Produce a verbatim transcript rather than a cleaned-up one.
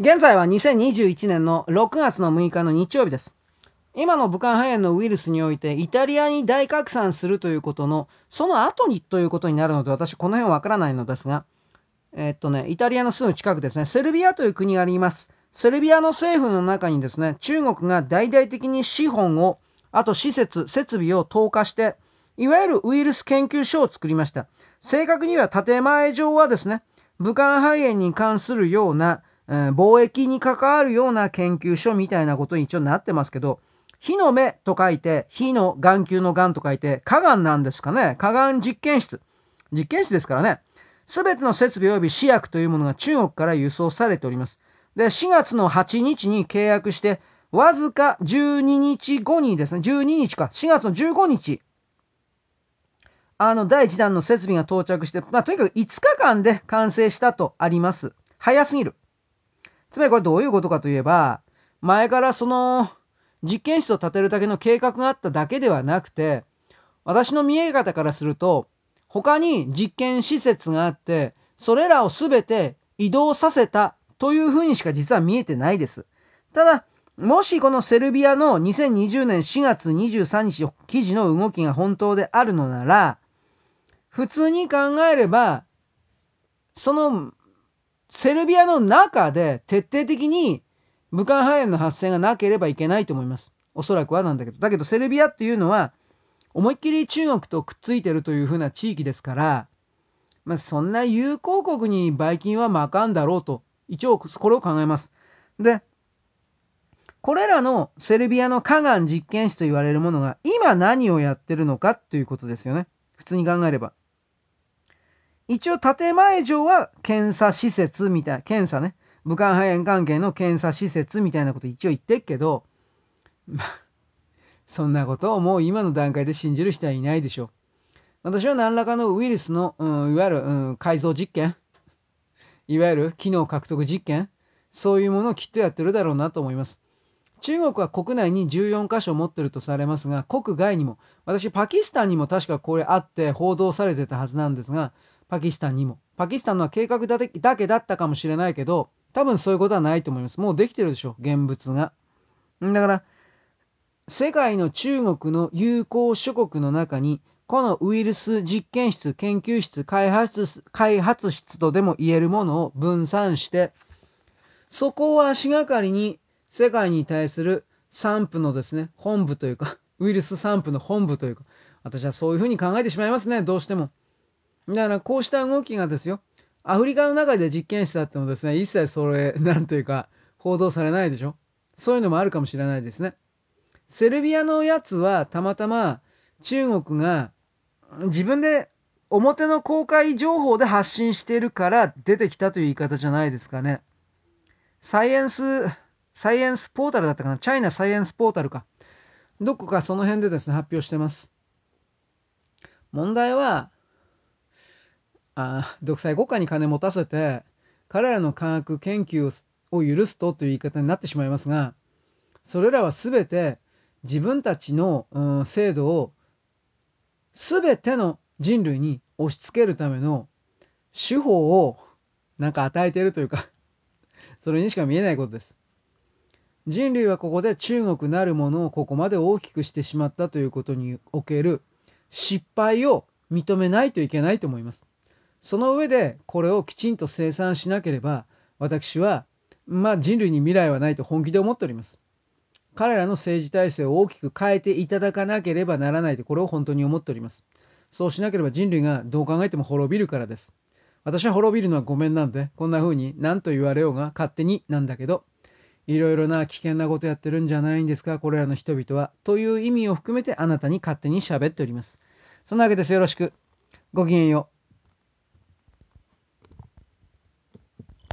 現在はにせんにじゅういちねんのろくがつのむいかの日曜日です。今の武漢肺炎のウイルスにおいてイタリアに大拡散するということのその後にということになるので、私この辺わからないのですが、えーっとねイタリアのすぐ近くですね、セルビアという国があります。セルビアの政府の中にですね、中国が大々的に資本を、あと施設設備を投下して、いわゆるウイルス研究所を作りました。正確には建前上はですね、武漢肺炎に関するような、えー貿易に関わるような研究所みたいなことに一応なってますけど、火の目と書いて、火の眼球の眼と書いて、火眼なんですかね。火眼実験室。実験室ですからね。すべての設備及び試薬というものが中国から輸送されております。で、しがつのはちにちに契約して、わずかじゅうににちごにですね、じゅうににちか、しがつのじゅうごにち、あの、だいいちだんの設備が到着して、まあ、とにかくいつかかんで完成したとあります。早すぎる。つまりこれどういうことかといえば、前からその、実験室を建てるだけの計画があっただけではなくて、私の見え方からすると、他に実験施設があって、それらをすべて移動させたというふうにしか実は見えてないです。ただ、もしこのセルビアのにせんにじゅうねんしがつにじゅうさんにち記事の動きが本当であるのなら、普通に考えれば、そのセルビアの中で徹底的に武漢肺炎の発生がなければいけないと思います。おそらくはなんだけど。だけどセルビアっていうのは思いっきり中国とくっついてるというふうな地域ですから、まあ、そんな友好国にばい菌はまかんだろうと、一応これを考えます。で、これらのセルビアの火眼実験室と言われるものが今何をやってるのかということですよね。普通に考えれば。一応建前上は検査施設みたいな、検査ね。武漢肺炎関係の検査施設みたいなこと一応言ってっけど、そんなことをもう今の段階で信じる人はいないでしょう。私は何らかのウイルスの、うん、いわゆる、うん、改造実験、いわゆる機能獲得実験、そういうものをきっとやってるだろうなと思います。中国は国内にじゅうよんかしょ持ってるとされますが、国外にも、私パキスタンにも確かこれあって報道されてたはずなんですが、パキスタンにも。パキスタンのは計画だけだったかもしれないけど、多分そういうことはないと思います。もうできてるでしょ、現物が。だから、世界の中国の友好諸国の中に、このウイルス実験室、研究室、開発室、開発室とでも言えるものを分散して、そこを足がかりに世界に対する散布のですね、本部というか、ウイルス散布の本部というか、私はそういうふうに考えてしまいますね、どうしても。だからこうした動きがですよ、アフリカの中で実験室だってもですね、一切それ、なんというか、報道されないでしょ。そういうのもあるかもしれないですね。セルビアのやつはたまたま中国が自分で表の公開情報で発信しているから出てきたという言い方じゃないですかね。サイエンス、サイエンスポータルだったかな、チャイナサイエンスポータルか。どこかその辺でですね、発表してます。問題は、あ独裁国家に金持たせて、彼らの科学研究をを許すとという言い方になってしまいますが、それらは全て自分たちの、うん、制度を全ての人類に押し付けるための手法をなんか与えているというかそれにしか見えないことです。人類はここで中国なるものをここまで大きくしてしまったということにおける失敗を認めないといけないと思います。その上でこれをきちんと清算しなければ、私はまあ人類に未来はないと本気で思っております。彼らの政治体制を大きく変えていただかなければならないと、これを本当に思っております。そうしなければ人類がどう考えても滅びるからです。私は滅びるのはごめんなんで、こんな風に何と言われようが勝手になんだけど、いろいろな危険なことやってるんじゃないんですか、これらの人々は。という意味を含めてあなたに勝手に喋っております。そんなわけです。よろしく。ごきげんよう。